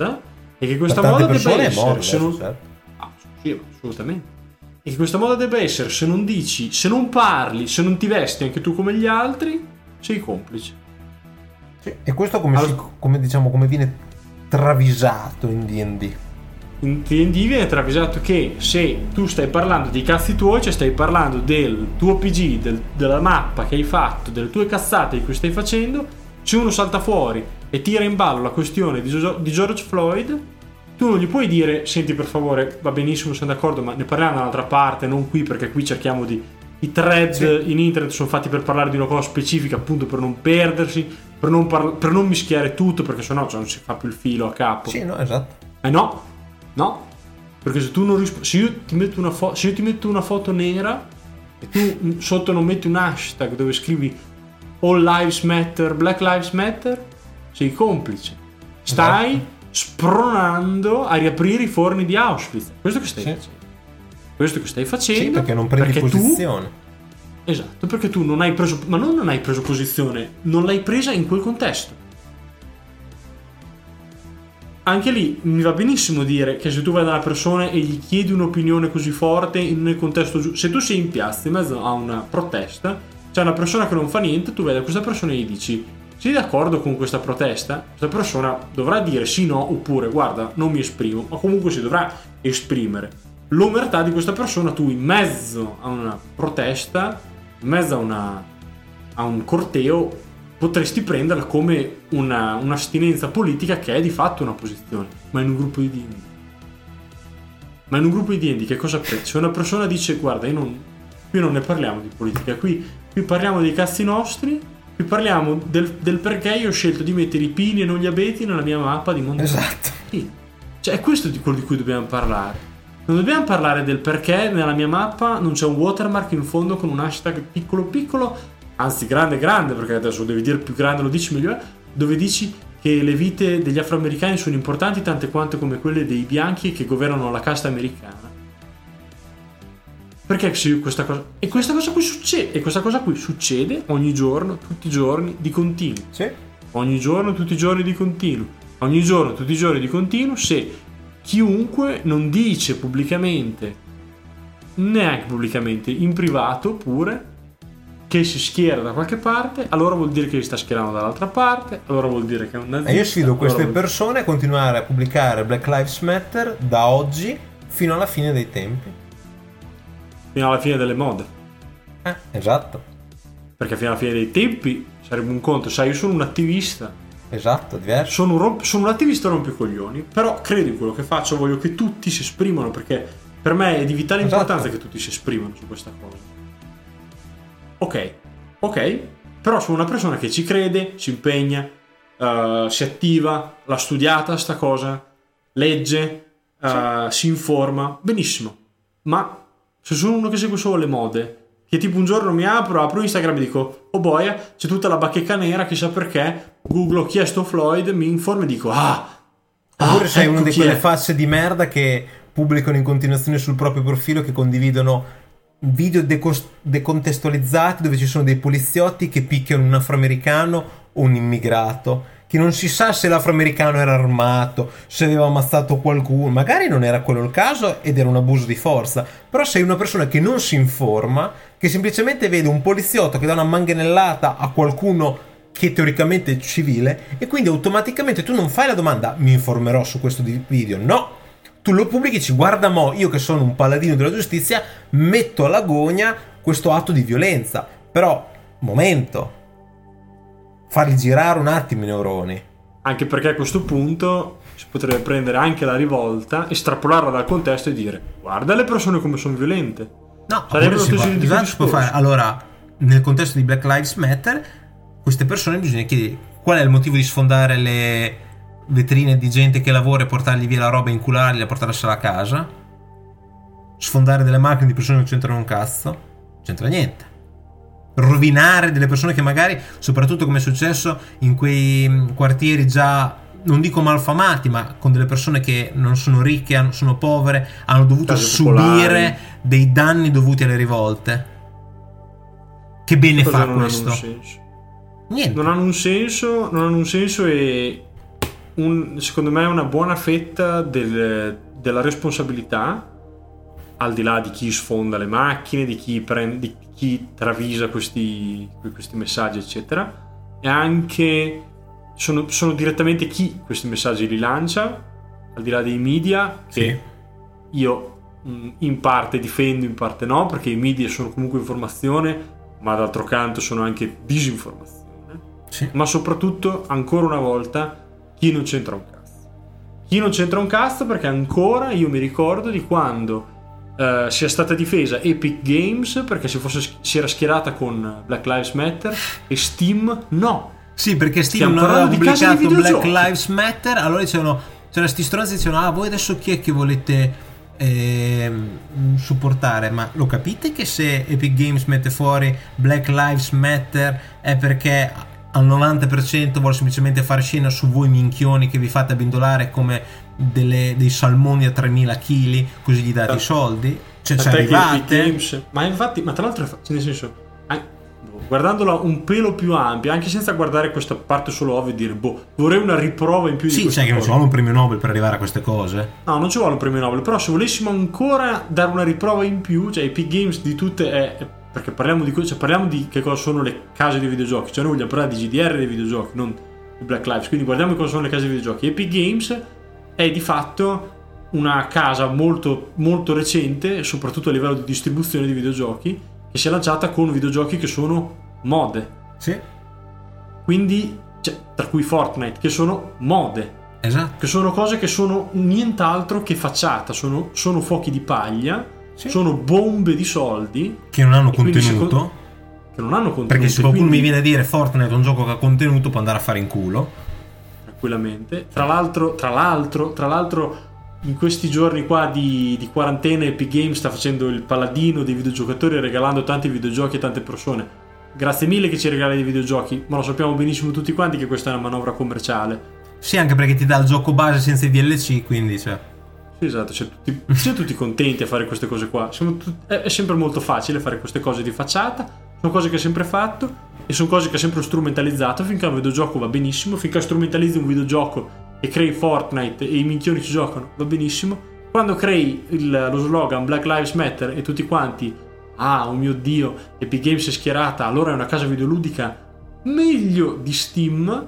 e che questa moda debba essere, sì, assolutamente. E che questa moda debba essere, se non dici, se non parli, se non ti vesti anche tu come gli altri, sei complice. Sì. E questo come viene travisato in D&D? In D&D viene travisato che se tu stai parlando dei cazzi tuoi, cioè stai parlando del tuo PG, della mappa che hai fatto, delle tue cazzate di cui stai facendo, se uno salta fuori e tira in ballo la questione di George Floyd, tu non gli puoi dire: senti, per favore, va benissimo, sono d'accordo, ma ne parliamo dall'altra parte, non qui, perché qui cerchiamo di... I thread in internet sono fatti per parlare di una cosa specifica, appunto per non perdersi, per non mischiare tutto, perché sennò non si fa più il filo a capo. Sì, no, esatto. No, perché se tu non se io ti metto una foto nera e tu sotto non metti un hashtag dove scrivi All Lives Matter, Black Lives Matter, sei complice. Stai spronando a riaprire i forni di Auschwitz. Questo che stai facendo. Questo che stai facendo. Sì, perché non prendi posizione. Esatto, perché tu non hai preso, ma non hai preso posizione, non l'hai presa in quel contesto. Anche lì mi va benissimo dire che se tu vai da una persona e gli chiedi un'opinione così forte nel contesto giusto, se tu sei in piazza in mezzo a una protesta, c'è una persona che non fa niente, tu vai da questa persona e gli dici: sei d'accordo con questa protesta? Questa persona dovrà dire sì, no, oppure guarda, non mi esprimo, ma comunque si dovrà esprimere. L'omertà di questa persona, tu in mezzo a una protesta, in mezzo a un corteo, potresti prenderla come un'astinenza politica, che è di fatto una posizione, ma in un gruppo di D&D. Che cosa prende? Se una persona dice: guarda, qui non ne parliamo di politica, qui parliamo dei cazzi nostri, qui parliamo del perché io ho scelto di mettere i pini e non gli abeti nella mia mappa di mondo. Esatto. Sì. Cioè, è questo di quello di cui dobbiamo parlare. Non dobbiamo parlare del perché nella mia mappa non c'è un watermark in fondo con un hashtag piccolo piccolo, anzi grande, perché adesso devi dire più grande, lo dici meglio, dove dici che le vite degli afroamericani sono importanti tante quante come quelle dei bianchi che governano la casta americana. Perché questa cosa? E questa cosa qui succede ogni giorno, tutti i giorni, di continuo. Sì. Ogni giorno, tutti i giorni di continuo. Ogni giorno, tutti i giorni di continuo, se chiunque non dice pubblicamente, neanche pubblicamente, in privato pure, che si schiera da qualche parte, allora vuol dire che si sta schierando dall'altra parte, allora vuol dire che è un nazista. E io sfido queste persone a continuare a pubblicare Black Lives Matter da oggi fino alla fine dei tempi. Fino alla fine delle mode. Esatto. Perché fino alla fine dei tempi sarebbe un conto. Sai, io sono un attivista. Esatto, diverso. Sono un attivista rompicoglioni, però credo in quello che faccio, voglio che tutti si esprimano, perché per me è di vitale importanza che tutti si esprimano su questa cosa. Ok, però sono una persona che ci crede, si impegna, si attiva, l'ha studiata sta cosa, legge, si informa, benissimo. Ma se sono uno che segue solo le mode, che tipo un giorno mi apro Instagram e dico: oh boia, c'è tutta la bacheca nera, chissà perché, Google, ho chiesto Floyd, mi informo e dico: oppure sei uno di quelle facce di merda che pubblicano in continuazione sul proprio profilo, che condividono video decontestualizzati dove ci sono dei poliziotti che picchiano un afroamericano o un immigrato, che non si sa se l'afroamericano era armato, se aveva ammazzato qualcuno, magari non era quello il caso ed era un abuso di forza, però sei una persona che non si informa, che semplicemente vede un poliziotto che dà una manganellata a qualcuno che teoricamente è civile, e quindi automaticamente tu non fai la domanda: mi informerò su questo video. No, tu lo pubblichi e dici guarda mo, io che sono un paladino della giustizia metto all'agonia questo atto di violenza. Però, momento, fargli girare un attimo i neuroni. Anche perché a questo punto si potrebbe prendere anche la rivolta, estrapolarla dal contesto e dire guarda le persone come sono violente. No, sarebbe lo stesso identico si può fare. Allora, nel contesto di Black Lives Matter, queste persone bisogna chiedere qual è il motivo di sfondare le vetrine di gente che lavora e portargli via la roba, incularli e portarsela a casa, sfondare delle macchine di persone che non c'entrano un cazzo, non c'entra niente. Rovinare delle persone che magari, soprattutto come è successo in quei quartieri già, non dico malfamati, ma con delle persone che non sono ricche, sono povere, hanno dovuto subire dei danni dovuti alle rivolte. Che bene fa questo? Niente. Non hanno un senso e secondo me è una buona fetta della responsabilità, al di là di chi sfonda le macchine, di chi travisa questi messaggi eccetera, e anche sono direttamente chi questi messaggi li lancia, al di là dei media, che io in parte difendo, in parte no, perché i media sono comunque informazione, ma d'altro canto sono anche disinformazione. Ma soprattutto, ancora una volta, chi non c'entra un cazzo. Chi non c'entra un cazzo, perché ancora io mi ricordo di quando sia stata difesa Epic Games perché si era schierata con Black Lives Matter e Steam no. Sì, perché Steam non aveva pubblicato Black Lives Matter, allora c'erano sti stronzi che dicevano voi adesso chi è che volete supportare? Ma lo capite che se Epic Games mette fuori Black Lives Matter è perché al 90% vuole semplicemente fare scena su voi minchioni che vi fate abbindolare come dei salmoni a 3000 kg, così gli date i soldi? Cioè ci arrivate? Ma infatti, ma tra l'altro, nel senso, guardandola un pelo più ampia, anche senza guardare questa parte solo ovvia e dire vorrei una riprova in più di questa sai che non ci vuole un premio Nobel per arrivare a queste cose? No, non ci vuole un premio Nobel, però se volessimo ancora dare una riprova in più, cioè Epic Games di tutte perché parliamo di che cosa sono le case di videogiochi, cioè noi vogliamo parlare di GDR dei videogiochi, non di Black Lives, quindi guardiamo cosa sono le case di videogiochi. Epic Games è di fatto una casa molto molto recente, soprattutto a livello di distribuzione di videogiochi, che si è lanciata con videogiochi che sono mode. Sì. Quindi, tra cui Fortnite, che sono mode. Esatto. Che sono cose che sono nient'altro che facciata, sono fuochi di paglia. Sì. Sono bombe di soldi che non hanno contenuto, perché se qualcuno mi viene a dire Fortnite è un gioco che ha contenuto può andare a fare in culo tranquillamente. Tra l'altro in questi giorni qua di quarantena Epic Games sta facendo il paladino dei videogiocatori, regalando tanti videogiochi a tante persone. Grazie mille che ci regali dei videogiochi, ma lo sappiamo benissimo tutti quanti che questa è una manovra commerciale. Sì, anche perché ti dà il gioco base senza i DLC, quindi esatto, siamo tutti contenti a fare queste cose qua. È sempre molto facile fare queste cose di facciata. Sono cose che ha sempre fatto e sono cose che ha sempre strumentalizzato. Finché un videogioco va benissimo, finché strumentalizzi un videogioco e crei Fortnite e i minchioni ci giocano, va benissimo. Quando crei lo slogan Black Lives Matter e tutti quanti oh mio Dio, Epic Games è schierata, allora è una casa videoludica meglio di Steam.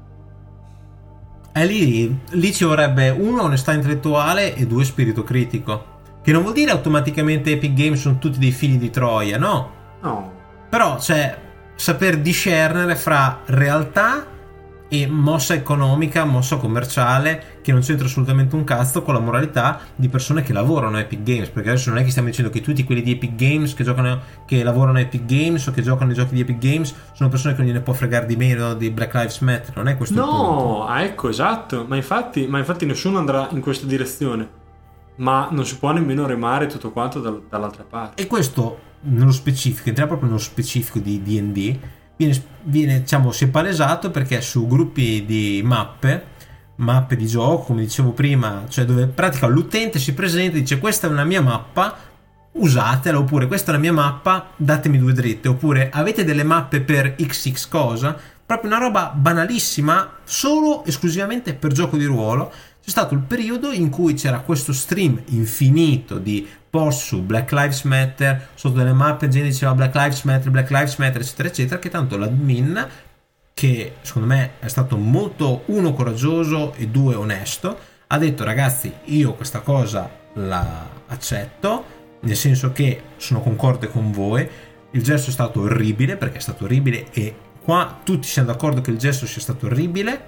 E lì ci vorrebbe 1 onestà intellettuale e 2 spirito critico, che non vuol dire automaticamente Epic Games sono tutti dei figli di Troia, no. Però saper discernere fra realtà e mossa economica, mossa commerciale, che non c'entra assolutamente un cazzo con la moralità di persone che lavorano a Epic Games, perché adesso non è che stiamo dicendo che tutti quelli di Epic Games che lavorano a Epic Games o che giocano ai giochi di Epic Games sono persone che non gliene può fregare di meno di Black Lives Matter, non è questo il punto. Ecco, esatto, ma infatti nessuno andrà in questa direzione, ma non si può nemmeno remare tutto quanto dall'altra parte. E questo nello specifico, entriamo proprio nello specifico di D&D, viene si è palesato perché su gruppi di mappe di gioco, come dicevo prima, cioè dove in pratica l'utente si presenta e dice questa è una mia mappa, usatela, oppure questa è la mia mappa, datemi 2 dritte, oppure avete delle mappe per XX cosa, proprio una roba banalissima, solo esclusivamente per gioco di ruolo. C'è stato il periodo in cui c'era questo stream infinito di post su Black Lives Matter, sotto delle mappe gente diceva Black Lives Matter eccetera eccetera, che tanto l'admin, che secondo me è stato molto, 1 coraggioso e 2 onesto, ha detto ragazzi, io questa cosa la accetto, nel senso che sono concorde con voi, il gesto è stato orribile, perché è stato orribile e qua tutti siamo d'accordo che il gesto sia stato orribile,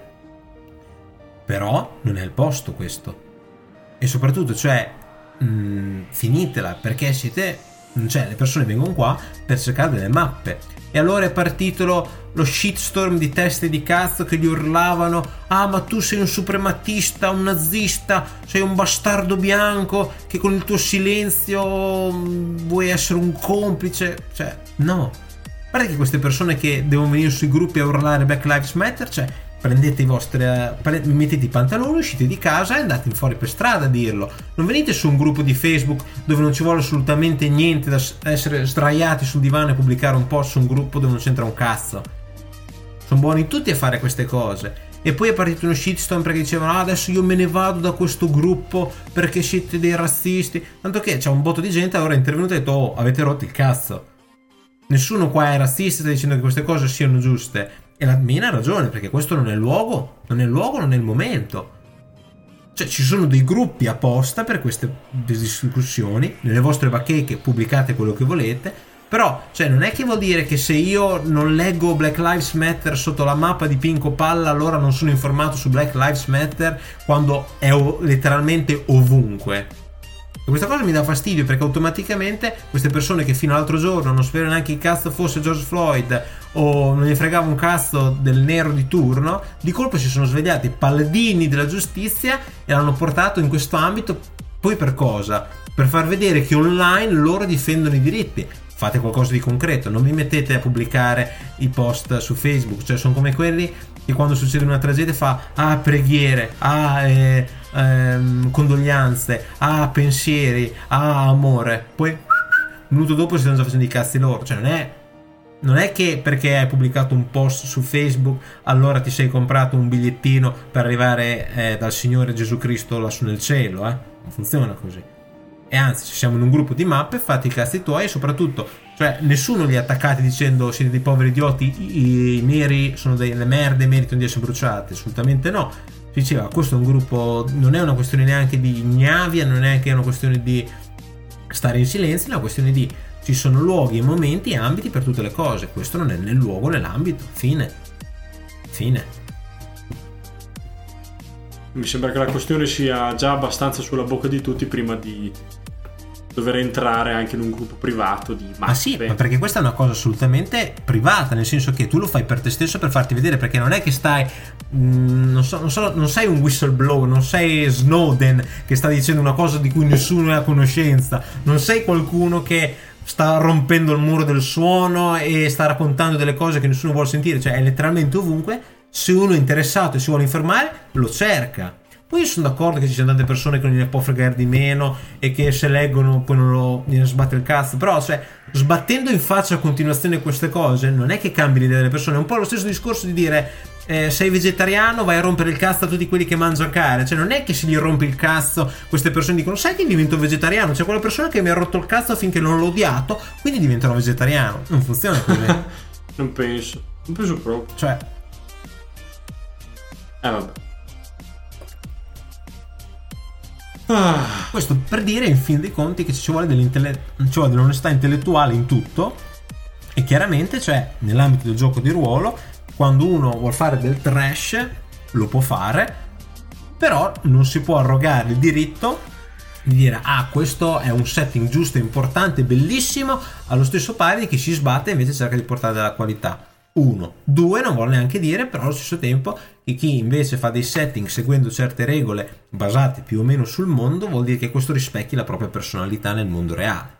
però non è il posto questo. E soprattutto, cioè, finitela, perché siete, cioè, le persone vengono qua per cercare delle mappe. E allora è partito lo shitstorm di teste di cazzo che gli urlavano: ah, ma tu sei un suprematista, un nazista, sei un bastardo bianco che con il tuo silenzio vuoi essere un complice. Cioè, no. Guarda che queste persone che devono venire sui gruppi a urlare Black Lives Matter, cioè, prendete i vostri, mettete i pantaloni, uscite di casa e andate fuori per strada a dirlo. Non venite su un gruppo di Facebook dove non ci vuole assolutamente niente da essere sdraiati sul divano e pubblicare un post su un gruppo dove non c'entra un cazzo. Sono buoni tutti a fare queste cose. E poi è partito uno shitstorm perché dicevano: ah, adesso io me ne vado da questo gruppo perché siete dei razzisti. Tanto che c'è un botto di gente allora è intervenuta e ha detto: oh, avete rotto il cazzo. Nessuno qua è razzista, sta dicendo che queste cose siano giuste. E l'admin ha ragione, perché questo non è il luogo, non è il momento. Cioè, ci sono dei gruppi apposta per queste discussioni, nelle vostre bacheche pubblicate quello che volete, però, cioè, non è che vuol dire che se io non leggo Black Lives Matter sotto la mappa di Pinco Palla, allora non sono informato su Black Lives Matter, quando è letteralmente ovunque. E questa cosa mi dà fastidio, perché automaticamente queste persone che fino all'altro giorno non sapevano neanche chi cazzo fosse George Floyd o non gli fregava un cazzo del nero di turno, di colpo si sono svegliati paladini della giustizia e l'hanno portato in questo ambito. Poi per cosa? Per far vedere che online loro difendono i diritti. Fate qualcosa di concreto, non vi mettete a pubblicare i post su Facebook. Cioè, sono come quelli che quando succede una tragedia fa: ah, preghiere, ah, condoglianze, ah, pensieri, ah, amore. Poi un minuto dopo si stanno già facendo i cazzi loro. Cioè, non è che perché hai pubblicato un post su Facebook allora ti sei comprato un bigliettino per arrivare dal Signore Gesù Cristo lassù nel cielo, non funziona così. E anzi, se siamo in un gruppo di mappe, fate i cazzi tuoi. E soprattutto, cioè, nessuno li ha attaccati dicendo: siete dei poveri idioti, i neri sono delle merde, meritano di essere bruciati. Assolutamente no. Si diceva: questo è un gruppo, non è una questione neanche di ignavia, non è neanche una questione di stare in silenzio, è una questione di: ci sono luoghi, momenti e ambiti per tutte le cose. Questo non è nel luogo, nell'ambito. Fine. Mi sembra che la questione sia già abbastanza sulla bocca di tutti prima di dover entrare anche in un gruppo privato di mappe. Ma sì, ma perché questa è una cosa assolutamente privata, nel senso che tu lo fai per te stesso, per farti vedere, perché non è che stai non sei un whistleblower, non sei Snowden che sta dicendo una cosa di cui nessuno è a conoscenza, non sei qualcuno che sta rompendo il muro del suono e sta raccontando delle cose che nessuno vuole sentire. Cioè, è letteralmente ovunque. Se uno è interessato e si vuole informare, lo cerca. Poi io sono d'accordo che ci siano tante persone che non gliene può fregare di meno e che se leggono poi non gliene sbatte il cazzo. Però, cioè, sbattendo in faccia a continuazione queste cose non è che cambi l'idea delle persone. È un po' lo stesso discorso di dire: sei vegetariano, vai a rompere il cazzo a tutti quelli che mangiano carne. Cioè, non è che se gli rompi il cazzo queste persone dicono: sai che divento vegetariano? C'è quella persona che mi ha rotto il cazzo finché non l'ho odiato, quindi diventerò vegetariano. Non funziona così. Non penso proprio. Cioè, vabbè. Questo per dire, in fin dei conti, che ci vuole dell'onestà intellettuale in tutto. E chiaramente, cioè, nell'ambito del gioco di ruolo, quando uno vuol fare del trash lo può fare, però non si può arrogare il diritto di dire: ah, questo è un setting giusto, importante, bellissimo, allo stesso pari di chi si sbatte e invece cerca di portare della qualità. 1, 2, non vuole neanche dire però allo stesso tempo che chi invece fa dei setting seguendo certe regole basate più o meno sul mondo, vuol dire che questo rispecchi la propria personalità nel mondo reale.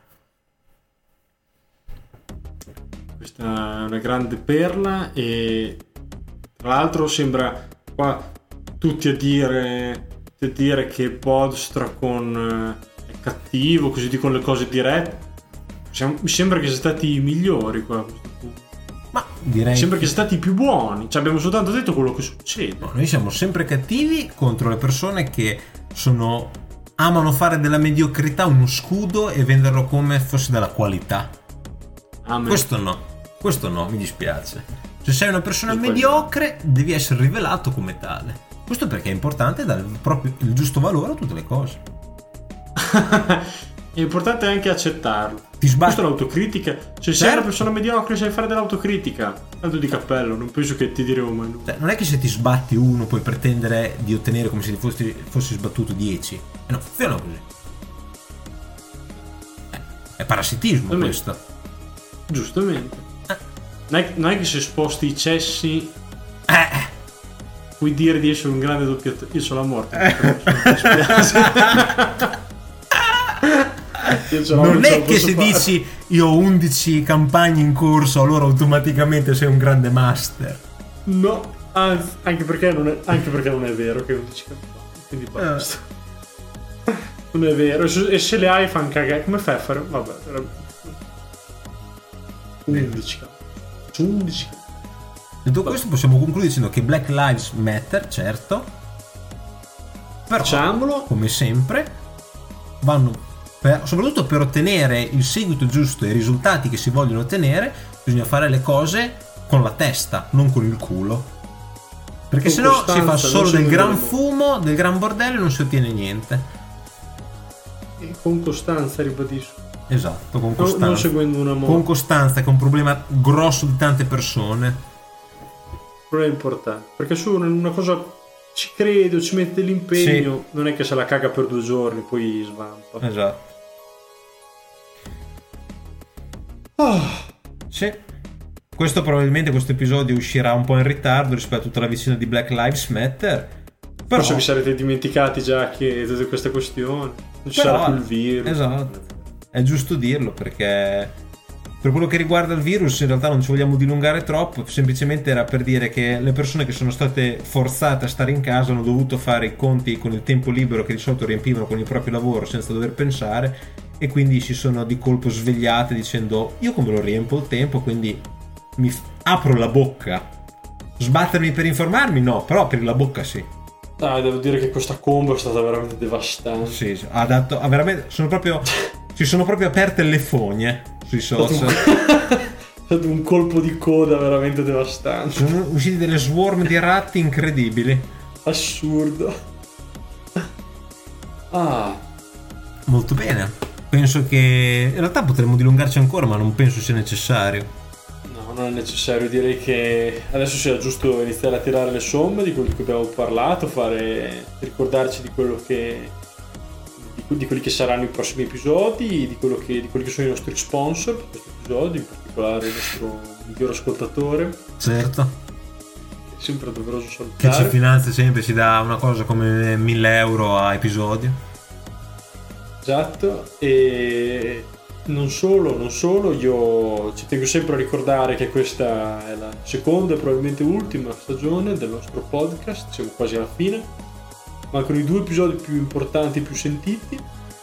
Questa è una grande perla, e tra l'altro sembra qua tutti a dire che Podstracon è cattivo, così dicono le cose dirette. Mi sembra che siano stati i migliori qua a questo punto. Ma direi sembra che siano stati i più buoni. Cioè, abbiamo soltanto detto quello che succede. No, noi siamo sempre cattivi contro le persone che amano fare della mediocrità uno scudo e venderlo come fosse della qualità. Questo no, mi dispiace. Se sei una persona mediocre, devi essere rivelato come tale. Questo perché è importante dare proprio il giusto valore a tutte le cose. È importante anche accettarlo. Ti sbagli. Questa è l'autocritica. Cioè, sei una persona mediocre, sai fare dell'autocritica. Tanto di cappello, non penso che ti diremo mai nulla. Non è che se ti sbatti uno puoi pretendere di ottenere come se ti fossi sbattuto 10. No, funziona così. È parassitismo questo. Giustamente. Non è che se sposti i cessi puoi dire di essere un grande doppiatore. Io sono la morte. Non è che se dici io ho 11 campagne in corso allora automaticamente sei un grande master. No, anzi, anche perché non è vero che 11 campagne. Quindi basta. Non è vero. E se le hai fanno cagare. Come fai a fare? Vabbè, 11 campagne. Su 11 campagne. Detto questo possiamo concludere dicendo che Black Lives Matter, certo, però facciamolo come sempre vanno soprattutto per ottenere il seguito giusto e i risultati che si vogliono ottenere bisogna fare le cose con la testa, non con il culo, perché sennò si fa solo del gran fumo, del gran bordello e non si ottiene niente. E con costanza, ribadisco. Esatto, con costanza. Non seguendo una moda. Con costanza, che è un problema grosso di tante persone. Però è importante, perché su una cosa ci crede, ci mette l'impegno, sì. Non è che se la caga per 2 giorni poi svampa. Esatto. Sì. Questo probabilmente questo episodio uscirà un po' in ritardo rispetto a tutta la vicenda di Black Lives Matter. Però forse vi sarete dimenticati già che tutte queste questioni. Non ci sarà più il virus. Esatto. È giusto dirlo, perché per quello che riguarda il virus in realtà non ci vogliamo dilungare troppo, semplicemente era per dire che le persone che sono state forzate a stare in casa hanno dovuto fare i conti con il tempo libero che di solito riempivano con il proprio lavoro senza dover pensare, e quindi si sono di colpo svegliate dicendo io come lo riempo il tempo, quindi mi apro la bocca. Sbattermi per informarmi no, però aprire la bocca sì. Devo dire che questa combo è stata veramente devastante. Sì, ha veramente si sono proprio aperte le fogne sui social. È stato un colpo di coda veramente devastante. Sono usciti delle swarm di ratti incredibili. Assurdo. Molto bene. Penso che in realtà potremmo dilungarci ancora, ma non penso sia necessario. No, non è necessario. Direi che adesso sia giusto iniziare a tirare le somme di quello di cui abbiamo parlato, ricordarci di quello che di quelli che saranno i prossimi episodi, di quelli che sono i nostri sponsor per questo episodio, in particolare il nostro miglior ascoltatore. Certo. È sempre doveroso salutare. Che ci finanzia sempre, ci dà una cosa come 1.000 euro a episodio. Esatto. E non solo, io ci tengo sempre a ricordare che questa è la seconda e probabilmente ultima stagione del nostro podcast, siamo quasi alla fine. Mancano i 2 episodi più importanti, più sentiti,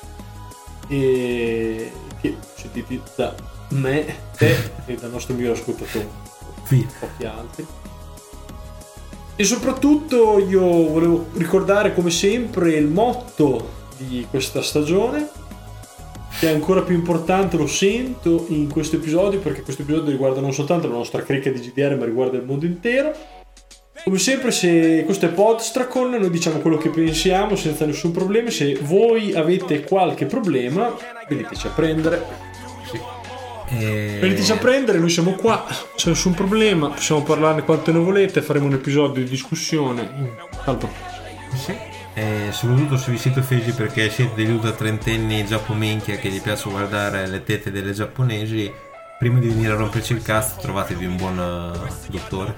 e che sentiti da me, te e dal nostro miglior ascoltatore, pochi altri. E soprattutto io volevo ricordare come sempre il motto di questa stagione, che è ancora più importante, lo sento in questo episodio, perché questo episodio riguarda non soltanto la nostra cricca di GDR, ma riguarda il mondo intero. Come sempre, se questo è Podstracon, noi diciamo quello che pensiamo senza nessun problema. Se voi avete qualche problema, veniteci a prendere. Sì. Veniteci a prendere, noi siamo qua, c'è nessun problema, possiamo parlarne quanto ne volete, faremo un episodio di discussione. Tanto. Sì. E soprattutto se vi siete offesi perché siete degli ultra trentenni giappominchia che gli piace guardare le tette delle giapponesi, prima di venire a romperci il cazzo trovatevi un buon dottore.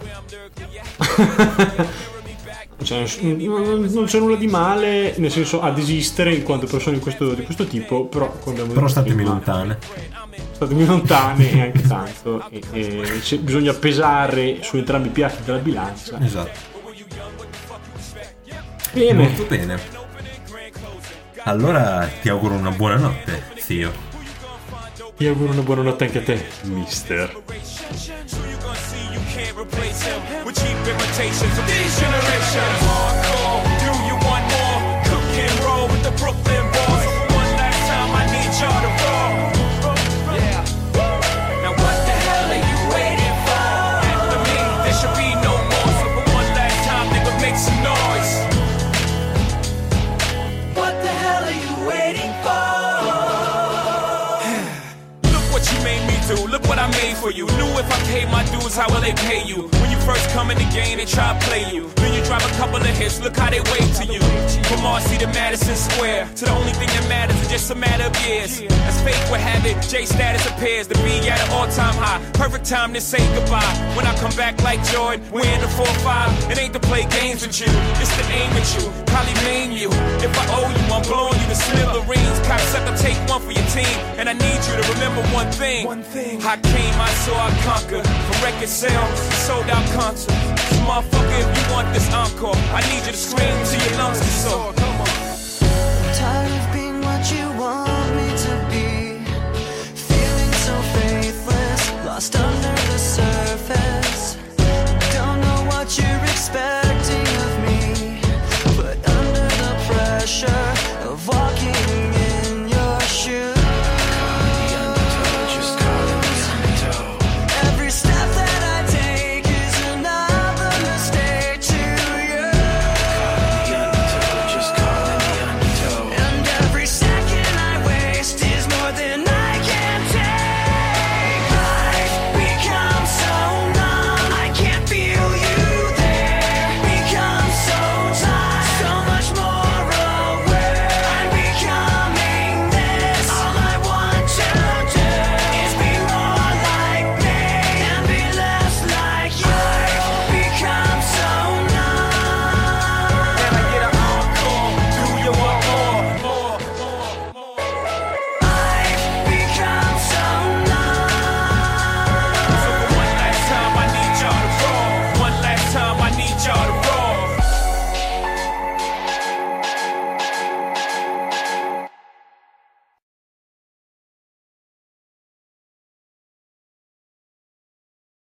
Non c'è nulla di male, nel senso, a desistere in quanto persone di questo tipo, però statemi lontane. Statemi lontane e anche tanto, e bisogna pesare su entrambi i piatti della bilancia. Esatto. Bene. Molto bene. Allora ti auguro una buona notte, zio. Ti auguro una buona notte anche a te, mister. There should be no more, so for one last time, nigga, make some noise. I made for you. Knew if I paid my dues, how will they pay you? When you first come in the game, they try to play you. Then you drop a couple of hits, look how they wave to you. From Marcy to Madison Square, to the only thing that matters is just a matter of years. As fate would have it, J status appears to be at an all-time high. Perfect time to say goodbye. When I come back like Jordan, we're in the 4-5. It ain't to play games with you, it's to aim at you, probably maim you. If I owe you, I'm blowing you to smithereens. Cocksucker, take one for your team, and I need you to remember one thing. I came, I saw, I conquered. From record sales, sold out concerts. Motherfucker, if you want this encore, I need you to scream till your lungs get sore.